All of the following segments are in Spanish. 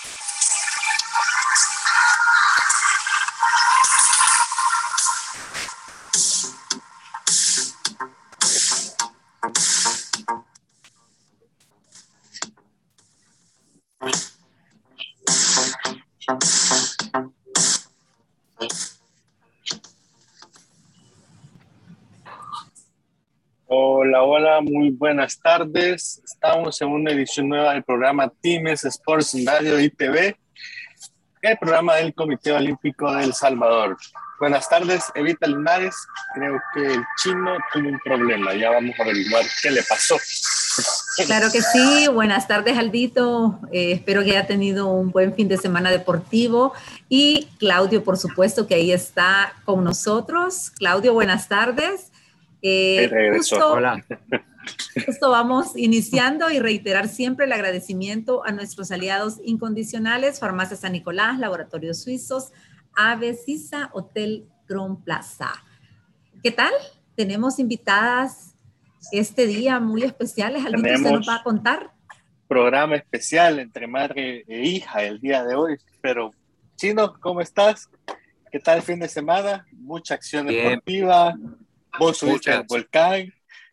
Hola, hola, muy buenas tardes. Estamos en una edición nueva del programa Teams Sports Radio y TV, el programa del Comité Olímpico de El Salvador. Buenas tardes, Evita Linares. Creo que el chino tuvo un problema. Ya vamos a averiguar qué le pasó. Claro que sí. Buenas tardes, Aldito. Espero que haya tenido un buen fin de semana deportivo. Y Claudio, por supuesto, que ahí está con nosotros. Claudio, buenas tardes. Regresó. Hola. Justo vamos iniciando y reiterar siempre el agradecimiento a nuestros aliados incondicionales, Farmacia San Nicolás, Laboratorios Suizos, Ave Sisa, Hotel Grand Plaza. ¿Qué tal? Tenemos invitadas este día muy especiales. Aldito, ¿usted nos va a contar? Programa especial entre madre e hija el día de hoy. Pero, Chino, ¿cómo estás? ¿Qué tal el fin de semana? Mucha acción deportiva. Vos subiste al volcán.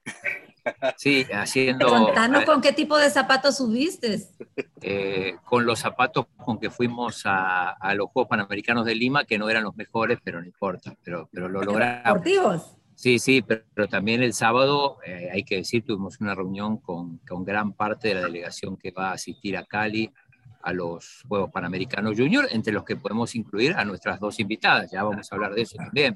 Sí, haciendo... Contanos con qué tipo de zapatos subiste. Con los zapatos con que fuimos a los Juegos Panamericanos de Lima, que no eran los mejores, pero no importa, pero lo logramos. ¿Deportivos? Sí, pero también el sábado, hay que decir, tuvimos una reunión con gran parte de la delegación que va a asistir a Cali a los Juegos Panamericanos Junior, entre los que podemos incluir a nuestras dos invitadas. Ya vamos a hablar de eso también.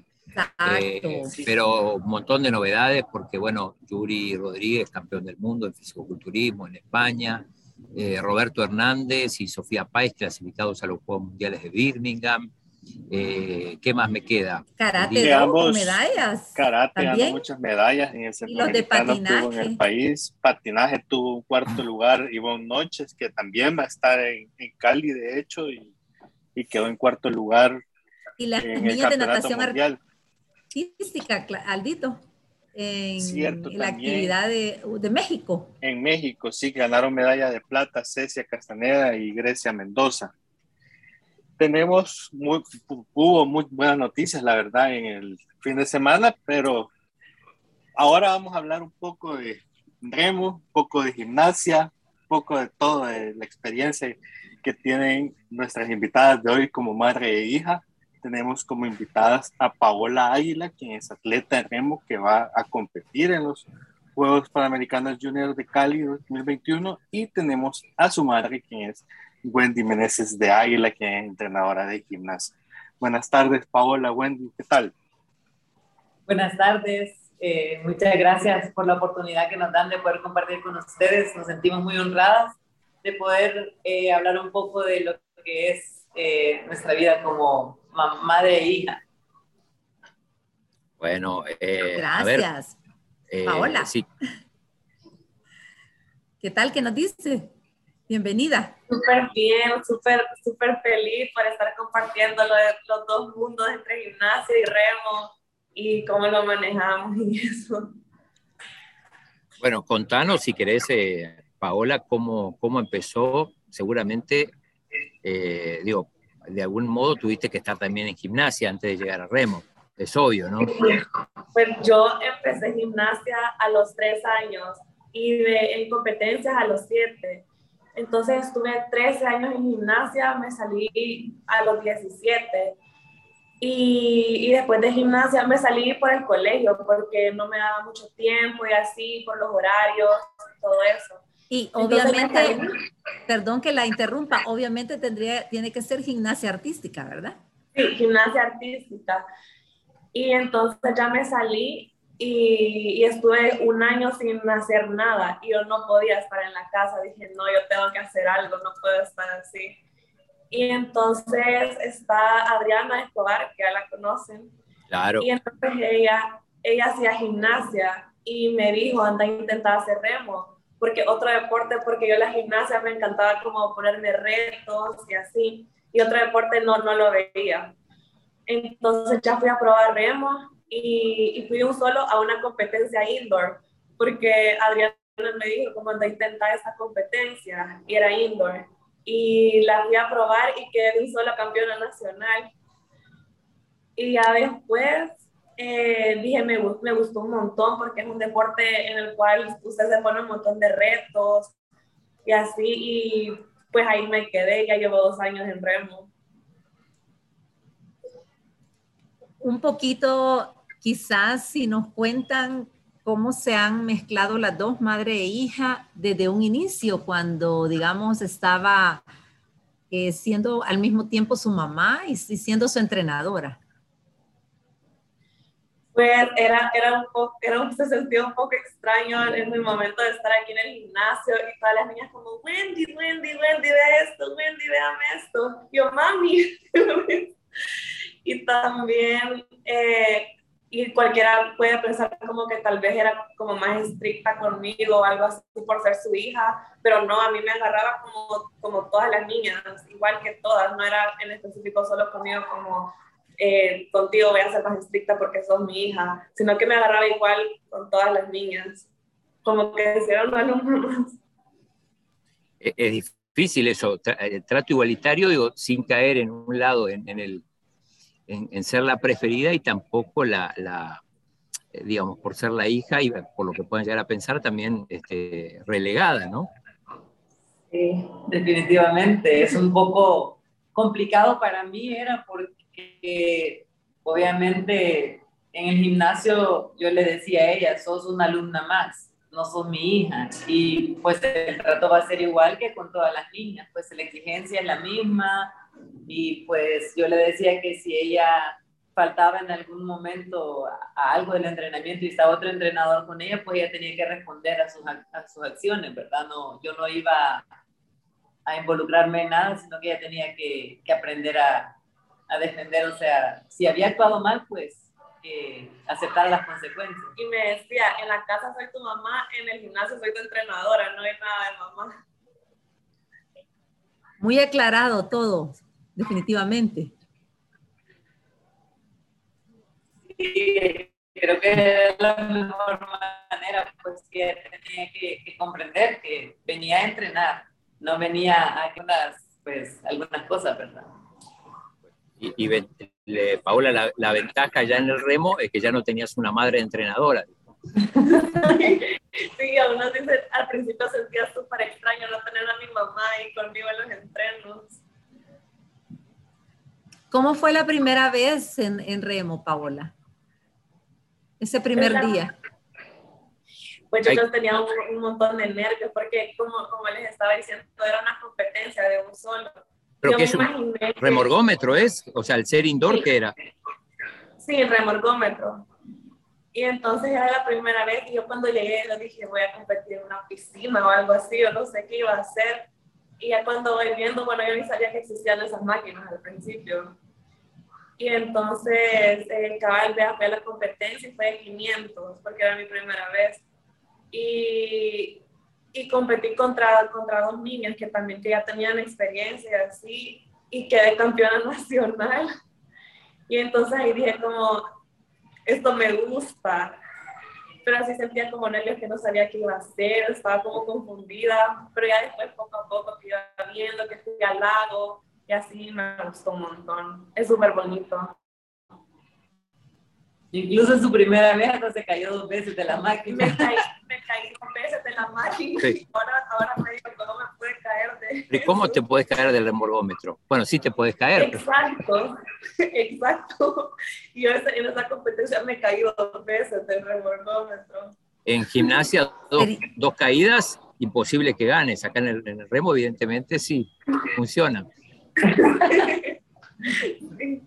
Pero un montón de novedades porque, bueno, Yuri Rodríguez, campeón del mundo en fisicoculturismo en España, Roberto Hernández y Sofía Páez, clasificados a los Juegos Mundiales de Birmingham. ¿Qué más me queda? Karate, ambos medallas. Karate ganó muchas medallas en el centroamericano, estuvo en el país. Patinaje tuvo un cuarto lugar Ivonne Noches, que también va a estar en Cali, de hecho, y quedó en cuarto lugar en el campeonato mundial. Artística, Aldito, en la actividad de México. En México, sí, ganaron medalla de plata Cecia Castaneda y Grecia Mendoza. Hubo muy buenas noticias, la verdad, en el fin de semana, pero ahora vamos a hablar un poco de remo, un poco de gimnasia, un poco de todo, de la experiencia que tienen nuestras invitadas de hoy como madre e hija. Tenemos como invitadas a Paola Águila, quien es atleta de remo que va a competir en los Juegos Panamericanos Junior de Cali 2021, y tenemos a su madre, quien es Wendy Meneses de Águila, quien es entrenadora de gimnasia. Buenas tardes, Paola. Wendy, ¿qué tal? Buenas tardes. Muchas gracias por la oportunidad que nos dan de poder compartir con ustedes. Nos sentimos muy honradas de poder hablar un poco de lo que es nuestra vida como madre e hija. Bueno, gracias. A ver, Paola. Sí. ¿Qué tal? ¿Qué nos dice? Bienvenida. Súper bien, súper feliz por estar compartiendo los dos mundos entre gimnasia y remo y cómo lo manejamos y eso. Bueno, contanos si querés, Paola, cómo empezó. Seguramente, de algún modo tuviste que estar también en gimnasia antes de llegar a remo. Es obvio, ¿no? Pues yo empecé gimnasia a los 3 años y en competencias a los 7. Entonces estuve 13 años en gimnasia, me salí a los 17. Y después de gimnasia me salí por el colegio porque no me daba mucho tiempo y así, por los horarios, todo eso. Y obviamente, perdón que la interrumpa, obviamente tiene que ser gimnasia artística, ¿verdad? Sí, gimnasia artística. Y entonces ya me salí y estuve un año sin hacer nada y yo no podía estar en la casa. Dije, no, yo tengo que hacer algo, no puedo estar así. Y entonces está Adriana Escobar, que ya la conocen. Claro. Y entonces ella hacía gimnasia y me dijo, anda a intentar hacer remo, porque otro deporte, porque yo la gimnasia me encantaba como ponerme retos y así, y otro deporte no lo veía. Entonces ya fui a probar remo y fui solo a una competencia indoor, porque Adriana me dijo, como anda a intentar esa competencia, y era indoor. y la fui a probar y quedé de un solo campeona nacional. Y ya después dije, me gustó un montón porque es un deporte en el cual usted se pone un montón de retos y así, y pues ahí me quedé, ya llevo 2 años en remo. Un poquito, quizás si nos cuentan cómo se han mezclado las dos, madre e hija, desde un inicio, cuando, digamos, estaba siendo al mismo tiempo su mamá y siendo su entrenadora. Pues se sentía un poco extraño en el momento de estar aquí en el gimnasio y todas las niñas como, Wendy, ve esto, Wendy, véame esto. Yo, mami. Y también, y cualquiera puede pensar como que tal vez era como más estricta conmigo o algo así por ser su hija, pero no, a mí me agarraba como todas las niñas, igual que todas, no era en específico solo conmigo como contigo voy a ser más estricta porque sos mi hija, sino que me agarraba igual con todas las niñas, como que hicieron alumnos. Es difícil eso, trato igualitario, digo, sin caer en un lado, en ser la preferida y tampoco digamos, por ser la hija y por lo que pueden llegar a pensar también relegada, ¿no? Sí, definitivamente. Es un poco complicado para mí, era porque obviamente en el gimnasio yo le decía a ella, sos una alumna más, no sos mi hija. Y pues el trato va a ser igual que con todas las niñas, pues la exigencia es la misma. Y pues yo le decía que si ella faltaba en algún momento a algo del entrenamiento y estaba otro entrenador con ella, pues ella tenía que responder a sus acciones, ¿verdad? No, yo no iba a involucrarme en nada, sino que ella tenía que aprender a defender, o sea, si había actuado mal, pues aceptar las consecuencias. Y me decía, en la casa soy tu mamá, en el gimnasio soy tu entrenadora, no hay nada de mamá. Muy aclarado todo, definitivamente. Sí, creo que es la mejor manera, pues que tenía que comprender que venía a entrenar, no venía a algunas cosas, ¿verdad? Y Paola, la ventaja ya en el remo es que ya no tenías una madre entrenadora. Sí, aún así al principio sentía súper extraño no tener a mi mamá ahí conmigo en los entrenos. ¿Cómo fue la primera vez en remo, Paola? Ese primer día. Pues yo tenía un montón de nervios porque, como les estaba diciendo, era una competencia de un solo. ¿Pero yo qué es un remorgómetro? O sea, el ser indoor, sí. ¿Qué era? Sí, remorgómetro. Y entonces era la primera vez y yo cuando llegué yo dije voy a competir en una piscina o algo así, yo no sé qué iba a hacer. Y ya cuando voy viendo, bueno, yo ni sabía que existían esas máquinas al principio. Y entonces cabal fui a la competencia y fue de 500 porque era mi primera vez. Y competí contra 2 niñas que también que ya tenían experiencia así y quedé campeona nacional. Y entonces ahí dije como, esto me gusta, pero así sentía como nervios que no sabía qué iba a hacer, estaba como confundida, pero ya después poco a poco que iba viendo, que fui al lago y así me gustó un montón, es súper bonito. Incluso en su primera vez hasta se cayó 2 veces de la máquina. Me caí 2 veces de la máquina. Sí. Ahora me digo, ¿cómo me puede caer de ¿Y cómo te puedes caer del remorgómetro? Bueno, sí te puedes caer. Exacto. Y yo en esa competencia me caí 2 veces del remorgómetro. En gimnasia, dos caídas, imposible que ganes. Acá en el remo, evidentemente, sí, funciona. Sí.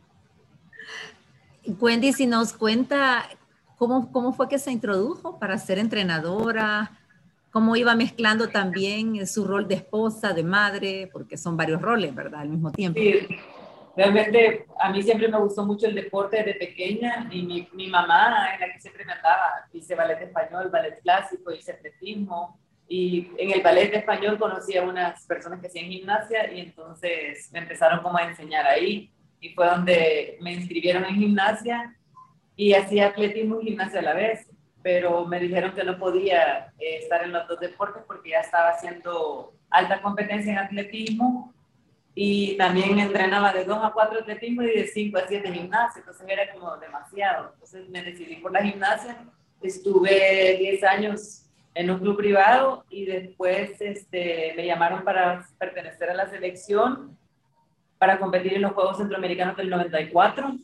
Wendy, si nos cuenta cómo fue que se introdujo para ser entrenadora, cómo iba mezclando también su rol de esposa, de madre, porque son varios roles, ¿verdad? Al mismo tiempo. Sí, realmente a mí siempre me gustó mucho el deporte desde pequeña y mi mamá en la que siempre me andaba, hice ballet español, ballet clásico, hice atletismo y en el ballet español conocí a unas personas que hacían gimnasia y entonces me empezaron como a enseñar ahí. Y fue donde me inscribieron en gimnasia y hacía atletismo y gimnasia a la vez. pero me dijeron que no podía estar en los dos deportes porque ya estaba haciendo alta competencia en atletismo y también entrenaba de 2 a 4 atletismo y de 5 a 7 gimnasia, entonces era como demasiado. Entonces me decidí por la gimnasia, estuve 10 años en un club privado y después me llamaron para pertenecer a la selección para competir en los Juegos Centroamericanos del 94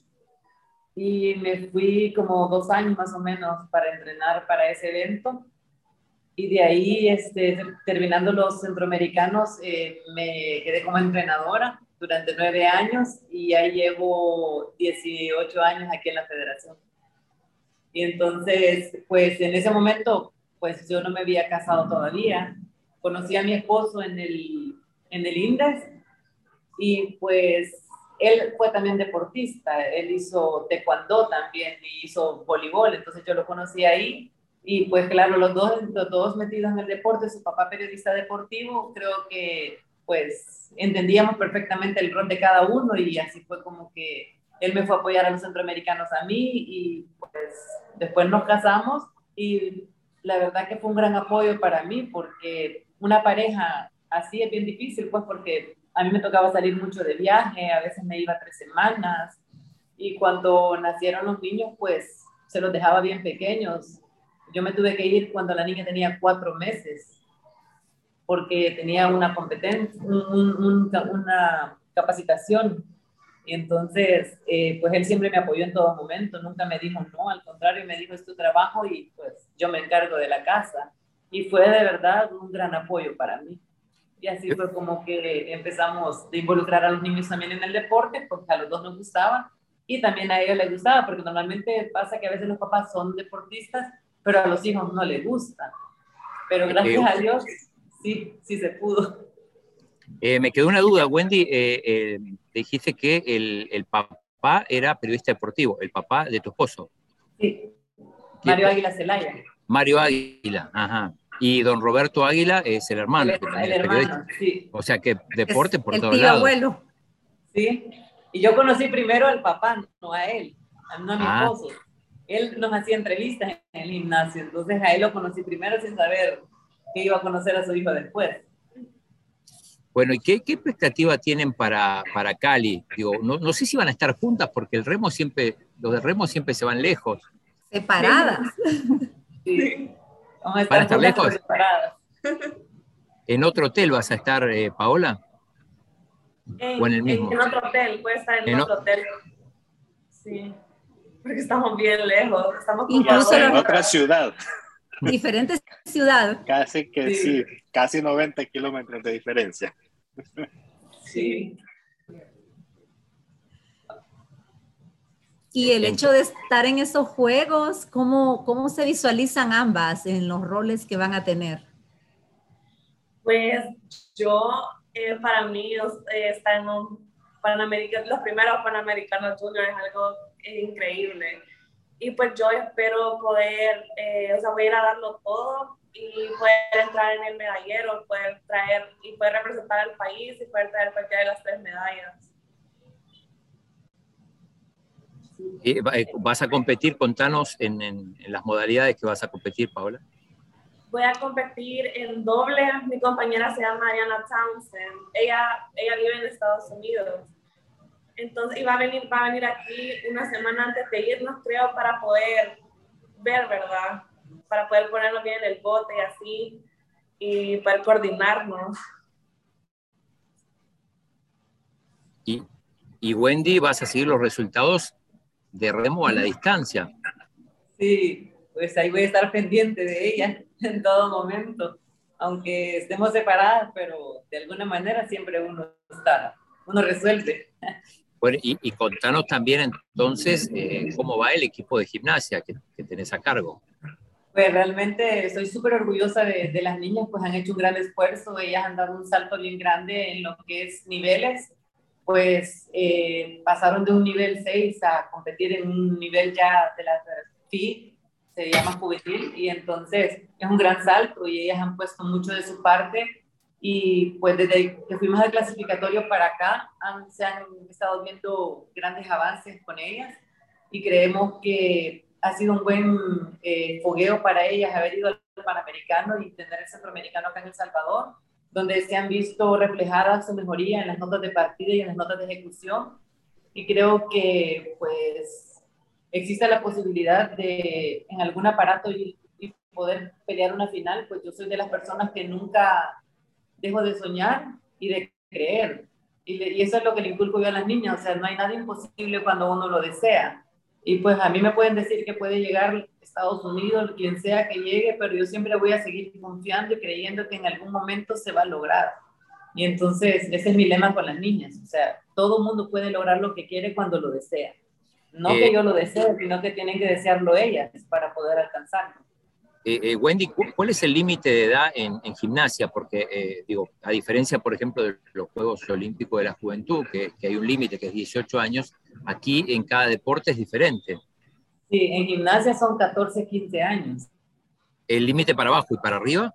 y me fui como 2 años más o menos para entrenar para ese evento. Y de ahí, terminando los centroamericanos, me quedé como entrenadora durante 9 años y ya llevo 18 años aquí en la federación. Y entonces, pues en ese momento, pues yo no me había casado todavía. Conocí a mi esposo en el INDES y pues él fue también deportista. Él hizo taekwondo también y hizo voleibol, entonces yo lo conocí ahí. Y pues claro, los dos metidos en el deporte, su papá periodista deportivo, creo que pues entendíamos perfectamente el rol de cada uno y así fue como que él me fue a apoyar a los centroamericanos a mí y pues después nos casamos y la verdad que fue un gran apoyo para mí porque una pareja así es bien difícil, pues porque a mí me tocaba salir mucho de viaje, a veces me iba 3 semanas y cuando nacieron los niños pues se los dejaba bien pequeños. Yo me tuve que ir cuando la niña tenía 4 meses, porque tenía una competencia, una capacitación. Y entonces, pues él siempre me apoyó en todo momento, nunca me dijo no, al contrario, me dijo es tu trabajo y pues yo me encargo de la casa. Y fue de verdad un gran apoyo para mí. Y así fue como que empezamos a involucrar a los niños también en el deporte, porque a los dos nos gustaba y también a ellos les gustaba, porque normalmente pasa que a veces los papás son deportistas, pero a los hijos no les gusta. Pero gracias a Dios, sí se pudo. Me quedó una duda, Wendy. Dijiste que el papá era periodista deportivo, el papá de tu esposo. Sí, Mario Águila Zelaya. Mario Águila, ajá. Y don Roberto Águila es el hermano. El hermano, sí. O sea que deporte por el todos tío lados. Abuelo. Sí, y yo conocí primero al papá, no a él, no a mi esposo. Él nos hacía entrevistas en el gimnasio, entonces a él lo conocí primero sin saber que iba a conocer a su hijo después. Bueno, ¿y qué expectativa tienen para Cali? Digo, no sé si van a estar juntas porque los de remo siempre se van lejos. Separadas. Sí, vamos a ¿Van a estar estar juntas, lejos? pero separadas. ¿En otro hotel vas a estar, Paola? ¿O en el mismo? En otro hotel, puede estar en otro hotel. Sí, porque estamos bien lejos. Estamos incluso en otra ciudad. Diferentes ciudades. Casi que sí, casi 90 kilómetros de diferencia. Sí. Y el hecho de estar en esos juegos, ¿cómo se visualizan ambas en los roles que van a tener? Pues yo, para mí, estar en un los primeros Panamericanos Junior es algo increíble. Y pues yo espero poder, voy a ir a darlo todo y poder entrar en el medallero, poder representar al país y poder traer cualquiera de las 3 medallas. ¿Vas a competir? Contanos en las modalidades que vas a competir, Paola. Voy a competir en doble. Mi compañera se llama Ariana Townsend. Ella vive en Estados Unidos. Entonces, va a venir aquí una semana antes de irnos, creo, para poder ver, ¿verdad? Para poder ponernos bien en el bote y así, y poder coordinarnos. Y Wendy, ¿vas a seguir los resultados de remo a la distancia? Sí, pues ahí voy a estar pendiente de ella en todo momento, aunque estemos separadas, pero de alguna manera siempre uno resuelve. Bueno, y contanos también entonces cómo va el equipo de gimnasia que tenés a cargo. Pues realmente estoy súper orgullosa de las niñas, pues han hecho un gran esfuerzo, ellas han dado un salto bien grande en lo que es niveles, pues pasaron de un nivel 6 a competir en un nivel ya de la FI, se llama juvenil, y entonces es un gran salto y ellas han puesto mucho de su parte y pues desde que fuimos al clasificatorio para acá se han estado viendo grandes avances con ellas y creemos que ha sido un buen fogueo para ellas haber ido al Panamericano y tener el Centroamericano acá en El Salvador, donde se han visto reflejadas su mejoría en las notas de partida y en las notas de ejecución. Y creo que pues existe la posibilidad de en algún aparato y poder pelear una final. Pues yo soy de las personas que nunca dejo de soñar y de creer. Y eso es lo que le inculco yo a las niñas. O sea, no hay nada imposible cuando uno lo desea. Y pues a mí me pueden decir que puede llegar Estados Unidos, quien sea que llegue, pero yo siempre voy a seguir confiando y creyendo que en algún momento se va a lograr. Y entonces ese es mi lema con las niñas. O sea, todo mundo puede lograr lo que quiere cuando lo desea. No que yo lo desee, sino que tienen que desearlo ellas para poder alcanzarlo. Wendy, ¿cuál es el límite de edad en gimnasia? Porque, digo, a diferencia, por ejemplo, de los Juegos Olímpicos de la Juventud, que hay un límite que es 18 años, aquí en cada deporte es diferente. Sí, en gimnasia son 14, 15 años. ¿El límite para abajo y para arriba?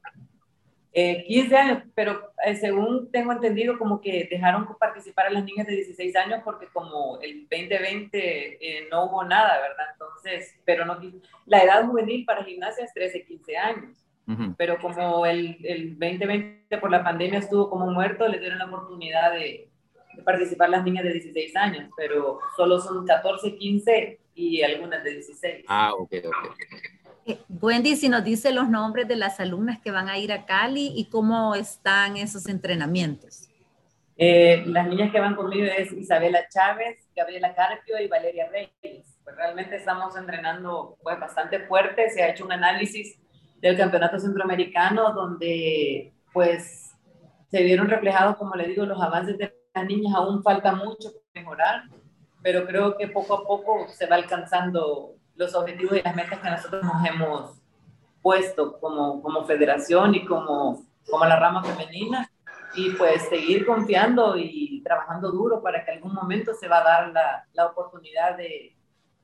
15 años, pero según tengo entendido, como que dejaron participar a las niñas de 16 años porque como el 2020 no hubo nada, ¿verdad? Entonces, pero no, la edad juvenil para gimnasia es 13, 15 años. Pero como el 2020 por la pandemia estuvo como muerto, les dieron la oportunidad de participar las niñas de 16 años, pero solo son 14, 15 y algunas de 16. Ah, ok. Wendy, si nos dice los nombres de las alumnas que van a ir a Cali y cómo están esos entrenamientos. Las niñas que van conmigo es Isabela Chávez, Gabriela Carpio y Valeria Reyes. Pues realmente estamos entrenando pues, bastante fuerte. Se ha hecho un análisis del campeonato centroamericano donde pues se vieron reflejados, como le digo, los avances de las niñas. Aún falta mucho por mejorar, pero creo que poco a poco se va alcanzando los objetivos y las metas que nosotros nos hemos puesto como federación y como la rama femenina, y pues seguir confiando y trabajando duro para que algún momento se va a dar la oportunidad de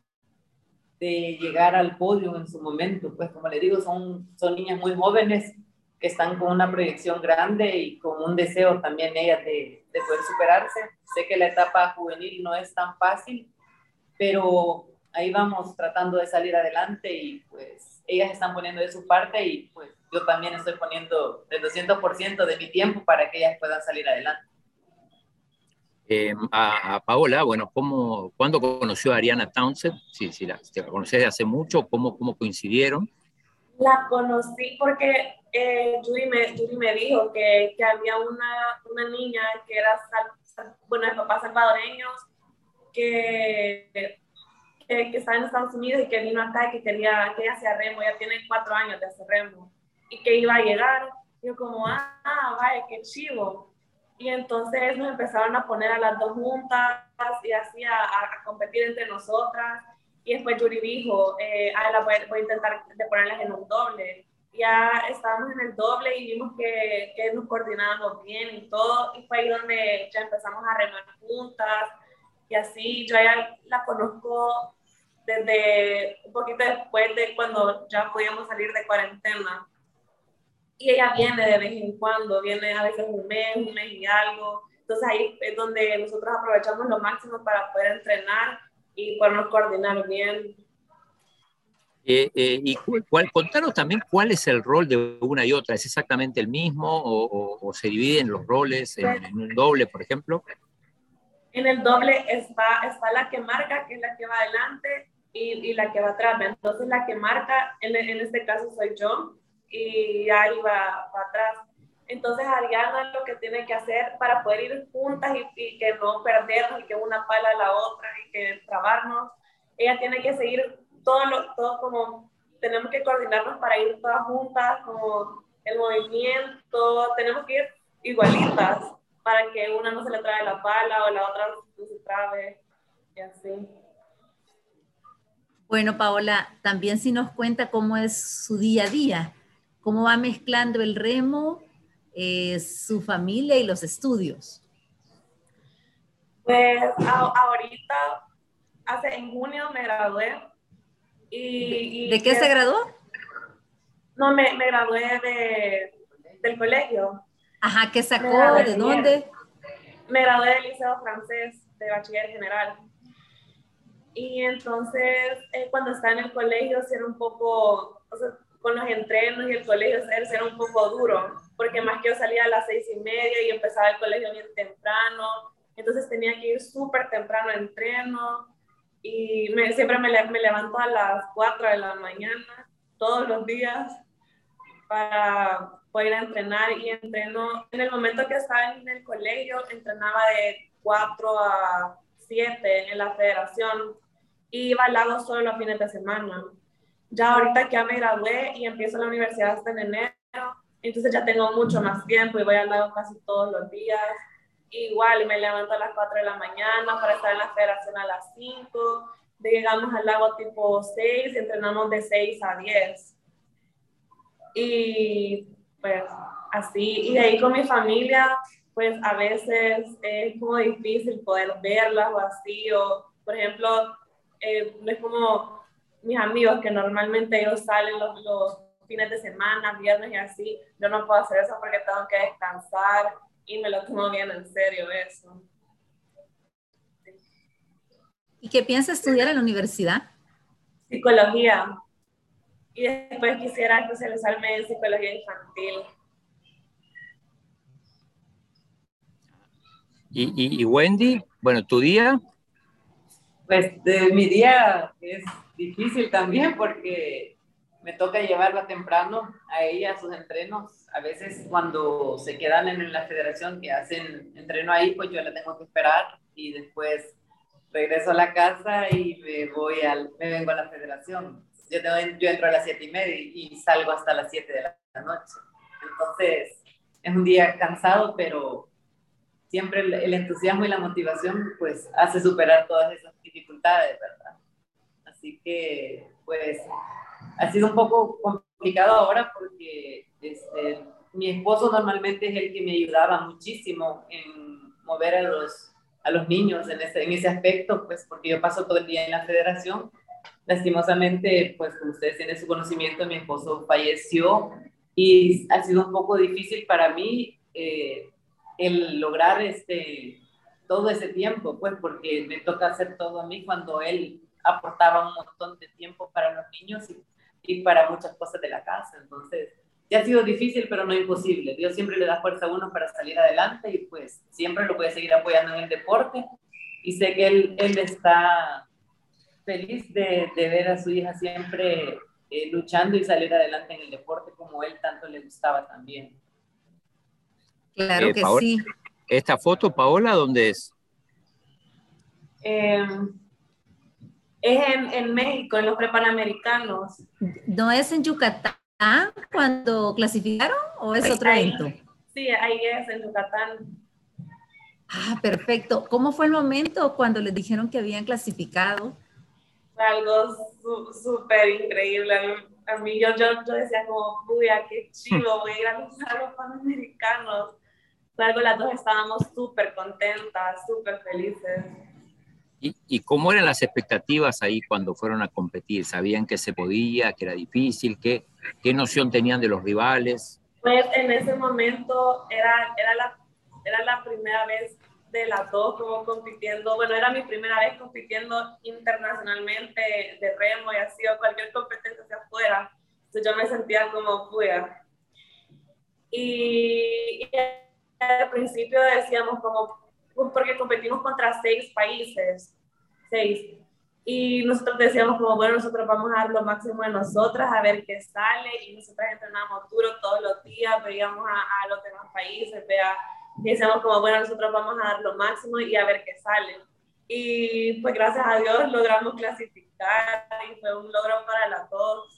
llegar al podio en su momento. Pues como le digo, son niñas muy jóvenes que están con una proyección grande y con un deseo también ellas de poder superarse. Sé que la etapa juvenil no es tan fácil, pero ahí vamos tratando de salir adelante y pues ellas están poniendo de su parte y pues yo también estoy poniendo el 200% de mi tiempo para que ellas puedan salir adelante. A Paola, bueno, ¿cuándo conoció a Ariana Townsend? Si la conocés de hace mucho, ¿cómo coincidieron? La conocí porque Judy me dijo que había una niña que era, bueno, de papás salvadoreños, que estaba en Estados Unidos y que vino acá y que ella hacía remo, ya tiene 4 años de hacer remo, y que iba a llegar. Yo como, vaya, qué chivo. Y entonces nos empezaron a poner a las dos juntas y así a competir entre nosotras. Y después Yuri dijo, voy a intentar de ponerlas en un doble. Ya estábamos en el doble y vimos que nos coordinábamos bien y todo. Y fue ahí donde ya empezamos a remar juntas. Y así yo ya la conozco desde un poquito después de cuando ya podíamos salir de cuarentena. Y ella viene de vez en cuando, viene a veces un mes y algo. Entonces ahí es donde nosotros aprovechamos lo máximo para poder entrenar y podernos coordinar bien. Y contanos también cuál es el rol de una y otra. ¿Es exactamente el mismo o se dividen los roles en un doble, por ejemplo? En el doble está la que marca, que es la que va adelante, y la que va atrás. Entonces la que marca, en este caso soy yo, y Ari va atrás. Entonces Ariana lo que tiene que hacer para poder ir juntas y que no perdernos y que una pala a la otra y que trabarnos, ella tiene que seguir todo como tenemos que coordinarnos para ir todas juntas, como el movimiento, tenemos que ir igualitas para que una no se le trabe la pala o la otra no se trabe y así. Bueno, Paola, también si nos cuenta cómo es su día a día, cómo va mezclando el remo, su familia y los estudios. Pues ahorita, en junio me gradué. ¿De qué se graduó? No, me gradué del colegio. Ajá, ¿qué sacó? ¿De dónde? Me gradué del Liceo Francés de Bachiller General. Y entonces, cuando estaba en el colegio, sí era un poco, o sea, con los entrenos y el colegio era un poco duro, porque más que yo salía a las 6:30 y empezaba el colegio bien temprano, entonces tenía que ir súper temprano a entreno, y siempre me levanto a las 4 de la mañana, todos los días, para poder ir a entrenar, y entreno, en el momento que estaba en el colegio, entrenaba de 4 a 7 en la federación, y iba al lago solo los fines de semana. Ya ahorita que ya me gradué y empiezo la universidad hasta en enero, entonces ya tengo mucho más tiempo y voy al lago casi todos los días. Igual me levanto a las 4 de la mañana para estar en la federación a las 5. Llegamos al lago tipo 6 y entrenamos de 6 a 10. Y pues así, y de ahí con mi familia, pues a veces es como difícil poder verlas o así, o por ejemplo, no es como mis amigos que normalmente ellos salen los fines de semana, viernes y así, yo no puedo hacer eso porque tengo que descansar y me lo tomo bien en serio eso. ¿Y qué piensa estudiar en la universidad? Psicología. Y después quisiera especializarme en psicología infantil. Y Wendy, bueno, tu día. Pues de mi día es difícil también porque me toca llevarla temprano a ella a sus entrenos. A veces cuando se quedan en la federación que hacen entreno ahí, pues yo la tengo que esperar y después regreso a la casa y me vengo a la federación. Yo entro a las 7:30 y salgo hasta las 7 de la noche. Entonces es un día cansado, pero siempre el entusiasmo y la motivación pues hace superar todas esas dificultades, ¿verdad? Así que pues ha sido un poco complicado ahora porque mi esposo normalmente es el que me ayudaba muchísimo en mover a los niños en ese aspecto, pues porque yo paso todo el día en la federación. Lastimosamente, pues como ustedes tienen su conocimiento, mi esposo falleció y ha sido un poco difícil para mí el lograr todo ese tiempo, pues porque me toca hacer todo a mí cuando él aportaba un montón de tiempo para los niños y para muchas cosas de la casa. Entonces, ya ha sido difícil, pero no imposible. Dios siempre le da fuerza a uno para salir adelante y pues siempre lo puede seguir apoyando en el deporte. Y sé que él está feliz de ver a su hija siempre luchando y salir adelante en el deporte como él tanto le gustaba también. Claro que Paola, sí. ¿esta foto, Paola, dónde es? Es en México, en los prepanamericanos. ¿No es en Yucatán cuando clasificaron o es otro evento? Sí, ahí es, en Yucatán. Ah, perfecto. ¿Cómo fue el momento cuando les dijeron que habían clasificado? Fue algo súper increíble. A mí yo decía como, uy, qué chivo, voy a ir a los Panamericanos. Fue algo, las dos estábamos súper contentas, súper felices. ¿Y cómo eran las expectativas ahí cuando fueron a competir? ¿Sabían que se podía, que era difícil? ¿Qué noción tenían de los rivales? Pues en ese momento era la primera vez de las dos como compitiendo. Bueno, era mi primera vez compitiendo internacionalmente de remo y así, o cualquier competencia hacia afuera. Entonces yo me sentía como fuera. Y al principio decíamos como, porque competimos contra 6 países, 6. Y nosotros decíamos como, bueno, nosotros vamos a dar lo máximo de nosotras, a ver qué sale, y nosotras entrenamos duro todos los días, veíamos a los demás países, y decíamos como, bueno, nosotros vamos a dar lo máximo y a ver qué sale. Y pues gracias a Dios logramos clasificar y fue un logro para las dos.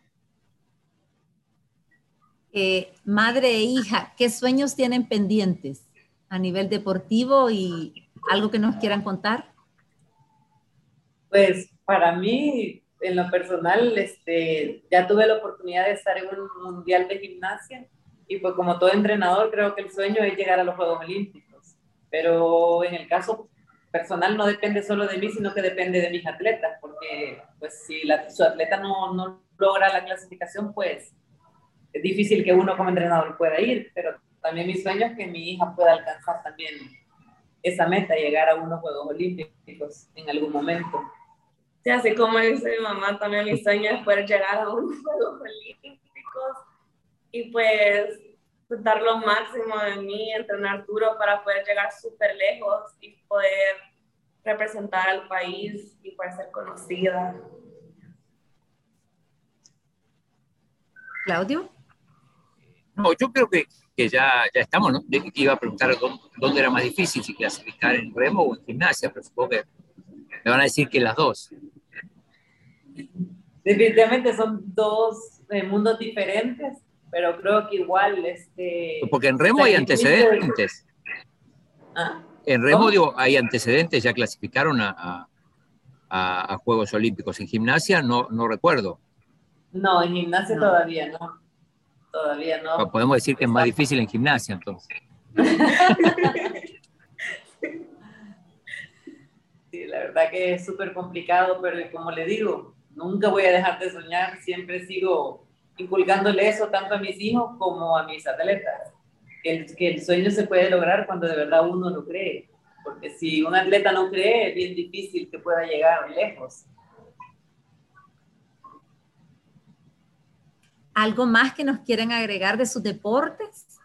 Madre e hija, ¿qué sueños tienen pendientes a nivel deportivo y algo que nos quieran contar? Pues para mí, en lo personal, ya tuve la oportunidad de estar en un mundial de gimnasia y pues como todo entrenador creo que el sueño es llegar a los Juegos Olímpicos, pero en el caso personal no depende solo de mí, sino que depende de mis atletas, porque pues si su atleta no logra la clasificación, pues es difícil que uno como entrenador pueda ir, pero también mi sueño es que mi hija pueda alcanzar también esa meta, llegar a unos Juegos Olímpicos en algún momento. Sí, así como dice mi mamá, también mi sueño es poder llegar a unos Juegos Olímpicos y pues dar lo máximo de mí, entrenar duro para poder llegar súper lejos y poder representar al país y poder ser conocida. Claudio. No, yo creo que ya estamos, ¿no? Iba a preguntar dónde era más difícil, si clasificar en remo o en gimnasia, pero supongo que me van a decir que las dos. Definitivamente son dos mundos diferentes, pero creo que igual, Porque en remo hay antecedentes. ¿Ah? En remo, digo, hay antecedentes, ya clasificaron a Juegos Olímpicos. En gimnasia no recuerdo. No, en gimnasia no. Todavía no. Podemos decir que es más difícil en gimnasia, entonces. Sí, la verdad que es súper complicado, pero como le digo, nunca voy a dejar de soñar, siempre sigo inculcándole eso tanto a mis hijos como a mis atletas, que el sueño se puede lograr cuando de verdad uno lo cree, porque si un atleta no cree, es bien difícil que pueda llegar lejos. ¿Algo más que nos quieren agregar de sus deportes?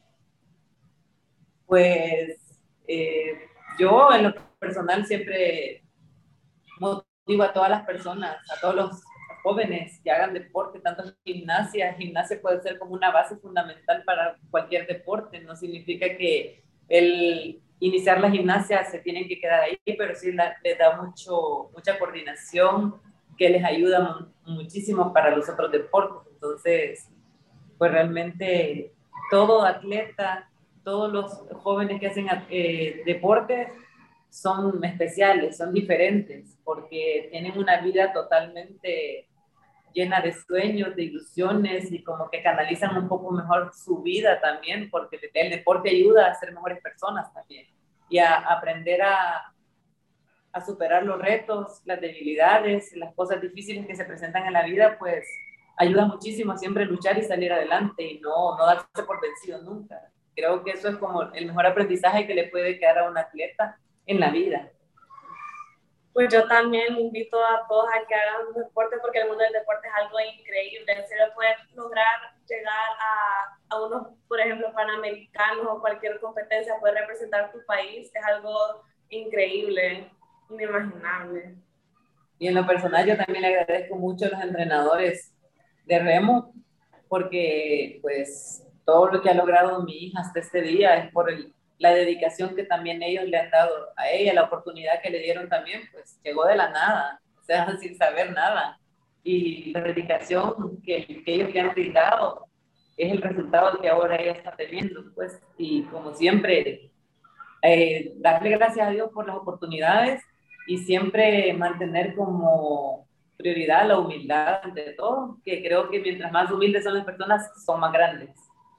Pues yo en lo personal siempre motivo a todas las personas, a todos los jóvenes que hagan deporte, tanto en gimnasia. Gimnasia puede ser como una base fundamental para cualquier deporte. No significa que el iniciar la gimnasia se tienen que quedar ahí, pero sí les da mucha coordinación que les ayuda muchísimo para los otros deportes. Entonces, pues realmente todo atleta, todos los jóvenes que hacen deportes, son especiales, son diferentes, porque tienen una vida totalmente llena de sueños, de ilusiones y como que canalizan un poco mejor su vida también, porque el deporte ayuda a ser mejores personas también y a aprender a superar los retos, las debilidades, las cosas difíciles que se presentan en la vida, pues ayuda muchísimo a siempre luchar y salir adelante y no darse por vencido nunca. Creo que eso es como el mejor aprendizaje que le puede quedar a un atleta en la vida. Pues yo también invito a todos a que hagan un deporte porque el mundo del deporte es algo increíble. En serio, poder lograr llegar a unos, por ejemplo, panamericanos o cualquier competencia, poder representar tu país es algo increíble, inimaginable. Y en lo personal yo también le agradezco mucho a los entrenadores de remo porque pues todo lo que ha logrado mi hija hasta este día es por la dedicación que también ellos le han dado a ella, la oportunidad que le dieron también, pues llegó de la nada, o sea, sin saber nada. Y la dedicación que ellos le han brindado es el resultado que ahora ella está teniendo, pues, y como siempre, darle gracias a Dios por las oportunidades y siempre mantener como prioridad la humildad ante todo, que creo que mientras más humildes son las personas, son más grandes.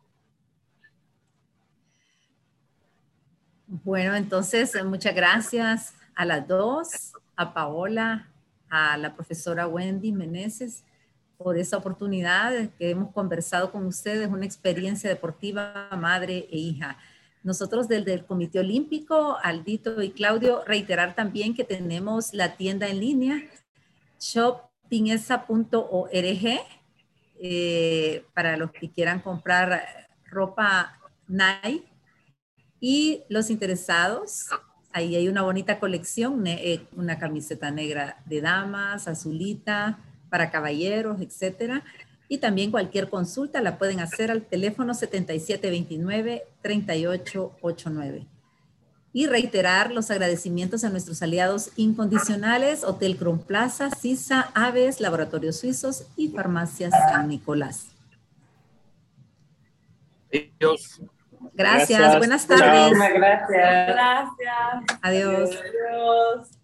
Bueno, entonces muchas gracias a las dos, a Paola, a la profesora Wendy Meneses, por esa oportunidad que hemos conversado con ustedes, una experiencia deportiva madre e hija. Nosotros desde el Comité Olímpico, Aldito y Claudio, reiterar también que tenemos la tienda en línea, shoppingesa.org, para los que quieran comprar ropa Nike. Y los interesados, ahí hay una bonita colección, una camiseta negra de damas, azulita, para caballeros, etcétera. Y también cualquier consulta la pueden hacer al teléfono 7729-3889. Y reiterar los agradecimientos a nuestros aliados incondicionales, Hotel Crown Plaza, CISA, Aves, Laboratorios Suizos y Farmacias San Nicolás. Adiós. Gracias. Buenas tardes. Gracias. Gracias. Adiós. Adiós.